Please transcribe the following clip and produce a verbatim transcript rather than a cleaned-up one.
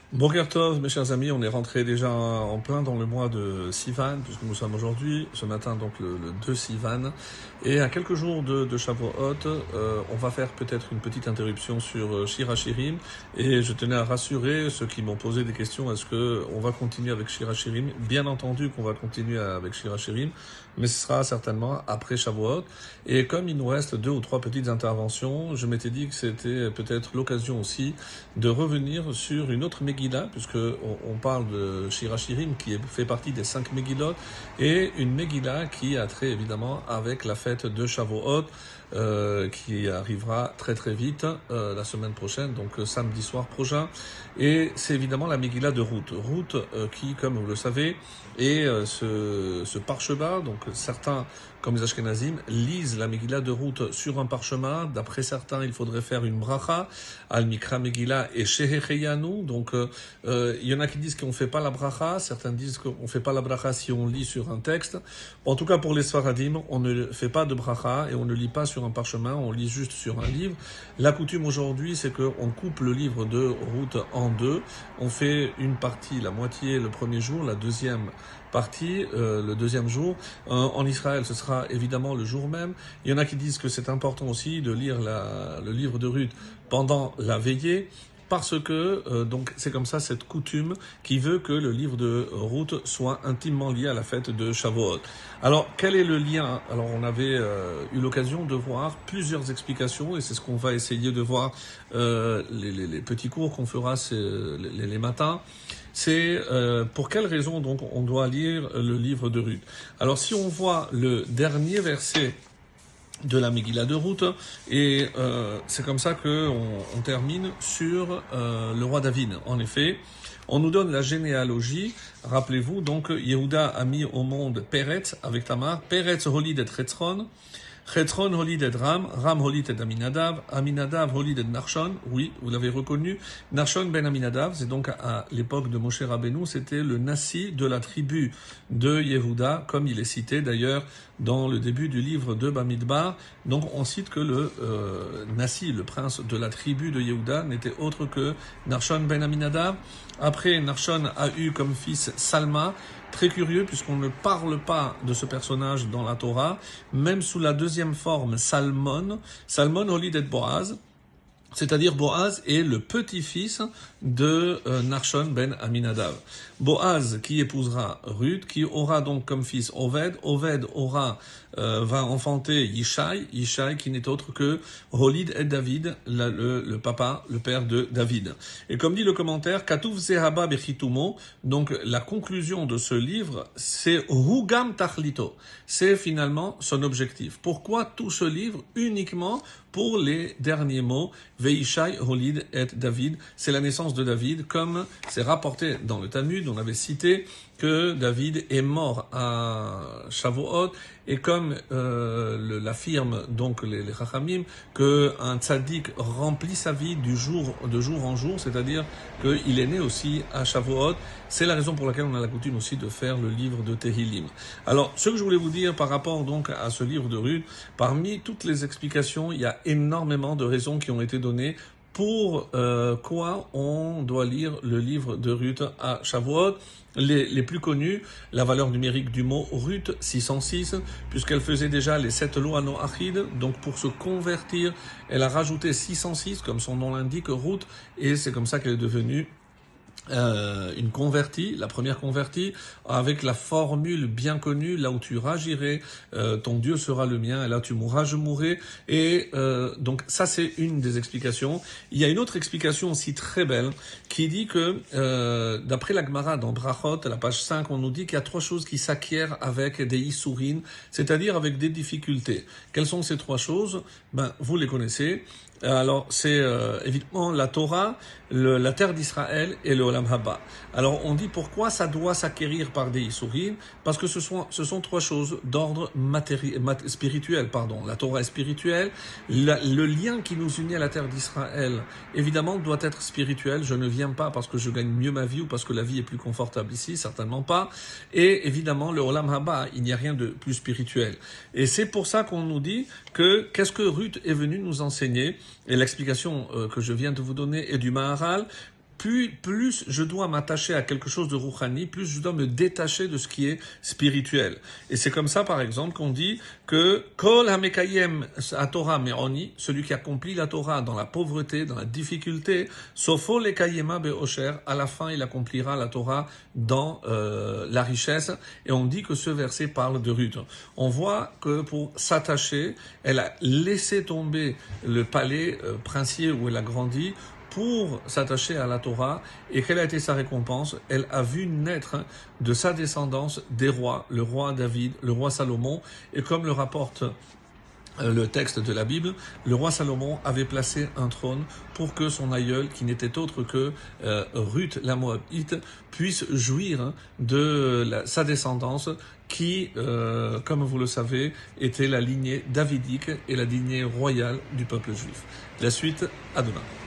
Boker Tov, mes chers amis, on est rentré déjà en plein dans le mois de Sivan, puisque nous sommes aujourd'hui, ce matin donc le, le deux Sivan, et à quelques jours de, de Shavuot, euh, on va faire peut-être une petite interruption sur Shir HaShirim, et je tenais à rassurer ceux qui m'ont posé des questions, est-ce que on va continuer avec Shir HaShirim? Bien entendu qu'on va continuer avec Shir HaShirim, mais ce sera certainement après Shavuot, et comme il nous reste deux ou trois petites interventions, je m'étais dit que c'était peut-être l'occasion aussi de revenir sur une autre Megillah, puisque on, on parle de Shir HaShirim qui est, fait partie des cinq Megillot, et une Megillah qui a trait évidemment avec la fête de Shavuot, euh, qui arrivera très très vite euh, la semaine prochaine, donc euh, samedi soir prochain, et c'est évidemment la Megillah de Ruth. Ruth euh, qui, comme vous le savez, est euh, ce, ce parchemin, donc certains, comme les Ashkenazim, lisent la Megillah de Ruth sur un parchemin. D'après certains, il faudrait faire une bracha, al Mikra Megillah et Shehecheyanu. Donc, euh, euh, il y en a qui disent qu'on ne fait pas la bracha, certains disent qu'on ne fait pas la bracha si on lit sur un texte. En tout cas, pour les Sfaradim, on ne fait pas de bracha et on ne lit pas sur un parchemin, on lit juste sur un livre. La coutume aujourd'hui, c'est qu'on coupe le livre de Ruth en deux. On fait une partie, la moitié le premier jour, la deuxième partie euh, le deuxième jour. Euh, en Israël, ce sera évidemment le jour même. Il y en a qui disent que c'est important aussi de lire la, le livre de Ruth pendant la veillée, parce que euh, donc c'est comme ça cette coutume qui veut que le livre de Ruth soit intimement lié à la fête de Shavuot. Alors quel est le lien? Alors on avait euh, eu l'occasion de voir plusieurs explications et c'est ce qu'on va essayer de voir euh, les, les, les petits cours qu'on fera les, les matins. C'est euh, pour quelle raison donc on doit lire le livre de Ruth. Alors si on voit le dernier verset de la Megillah de Ruth, et euh, c'est comme ça que on, on termine sur euh, le roi David. En effet, on nous donne la généalogie. Rappelez-vous, donc Yehuda a mis au monde Peretz avec Tamar. Peretz holid et Chetzron. Chetzron holid et Ram, Ram holid et Aminadav, Aminadav holid et Narshon, oui, vous l'avez reconnu, Narshon ben Aminadav, c'est donc à l'époque de Moshe Rabbeinu, c'était le Nassi de la tribu de Yehuda, comme il est cité d'ailleurs dans le début du livre de Bamidbar. Donc on cite que le euh, Nassi, le prince de la tribu de Yehuda, n'était autre que Narshon ben Aminadav. Après, Narshon a eu comme fils Salma. Très curieux puisqu'on ne parle pas de ce personnage dans la Torah, même sous la deuxième forme Salmon, Salmon holid et Boaz, c'est-à-dire Boaz est le petit-fils de euh, Narshon ben Aminadav. Boaz qui épousera Ruth, qui aura donc comme fils Oved, Oved aura euh, va enfanter Yishai, Yishai qui n'est autre que Holid et David, la, le, le papa, le père de David. Et comme dit le commentaire, Katuv Zehaba Bechitumo, donc la conclusion de ce livre, c'est Hugam Tachlito, c'est finalement son objectif. Pourquoi tout ce livre? Uniquement pour les derniers mots, Veishai Holid et David, c'est la naissance de David, comme c'est rapporté dans le Talmud. On avait cité que David est mort à Shavuot, et comme euh, l'affirment donc les, les Chachamim, qu'un tzaddik remplit sa vie du jour, de jour en jour, c'est-à-dire qu'il est né aussi à Shavuot. C'est la raison pour laquelle on a la coutume aussi de faire le livre de Tehillim. Alors, ce que je voulais vous dire par rapport donc à ce livre de Ruth, parmi toutes les explications, il y a énormément de raisons qui ont été données pour euh, quoi on doit lire le livre de Ruth à Shavuot. Les, les plus connus, la valeur numérique du mot Ruth, six cent six, puisqu'elle faisait déjà les sept lois noachides, donc pour se convertir, elle a rajouté six cent six, comme son nom l'indique, Ruth, et c'est comme ça qu'elle est devenue Euh, une convertie, la première convertie, avec la formule bien connue, là où tu iras, j'irai, euh, ton Dieu sera le mien, et là tu mourras, je mourrai. Et euh, donc ça c'est une des explications. Il y a une autre explication aussi très belle, qui dit que, euh, d'après la Gemara dans Brachot, à la page cinq, on nous dit qu'il y a trois choses qui s'acquièrent avec des issourin, c'est-à-dire avec des difficultés. Quelles sont ces trois choses? Ben, vous les connaissez. Alors, c'est euh, évidemment la Torah, le, la terre d'Israël et le Olam Haba. Alors, on dit pourquoi ça doit s'acquérir par des Issourim, parce que ce sont, ce sont trois choses d'ordre matéri- mat- spirituel. Pardon. La Torah est spirituelle, la, le lien qui nous unit à la terre d'Israël, évidemment, doit être spirituel. Je ne viens pas parce que je gagne mieux ma vie ou parce que la vie est plus confortable ici, certainement pas. Et évidemment, le Olam Haba, il n'y a rien de plus spirituel. Et c'est pour ça qu'on nous dit que qu'est-ce que Ruth est venue nous enseigner? Et l'explication euh, que je viens de vous donner est du Maharal. plus, plus je dois m'attacher à quelque chose de rouhani, plus je dois me détacher de ce qui est spirituel. Et c'est comme ça, par exemple, qu'on dit que Kol hamekayem à Torah me'oni, celui qui accomplit la Torah dans la pauvreté, dans la difficulté, sofo lekayema be'osher, à la fin il accomplira la Torah dans euh, la richesse. Et on dit que ce verset parle de Ruth. On voit que pour s'attacher, elle a laissé tomber le palais euh, princier où elle a grandi pour s'attacher à la Torah. Et quelle a été sa récompense? Elle a vu naître de sa descendance des rois, le roi David, le roi Salomon, et comme le rapporte le texte de la Bible, le roi Salomon avait placé un trône pour que son aïeul, qui n'était autre que euh, Ruth la Moabite, puisse jouir de la, sa descendance qui, euh, comme vous le savez, était la lignée davidique et la lignée royale du peuple juif. La suite, à demain.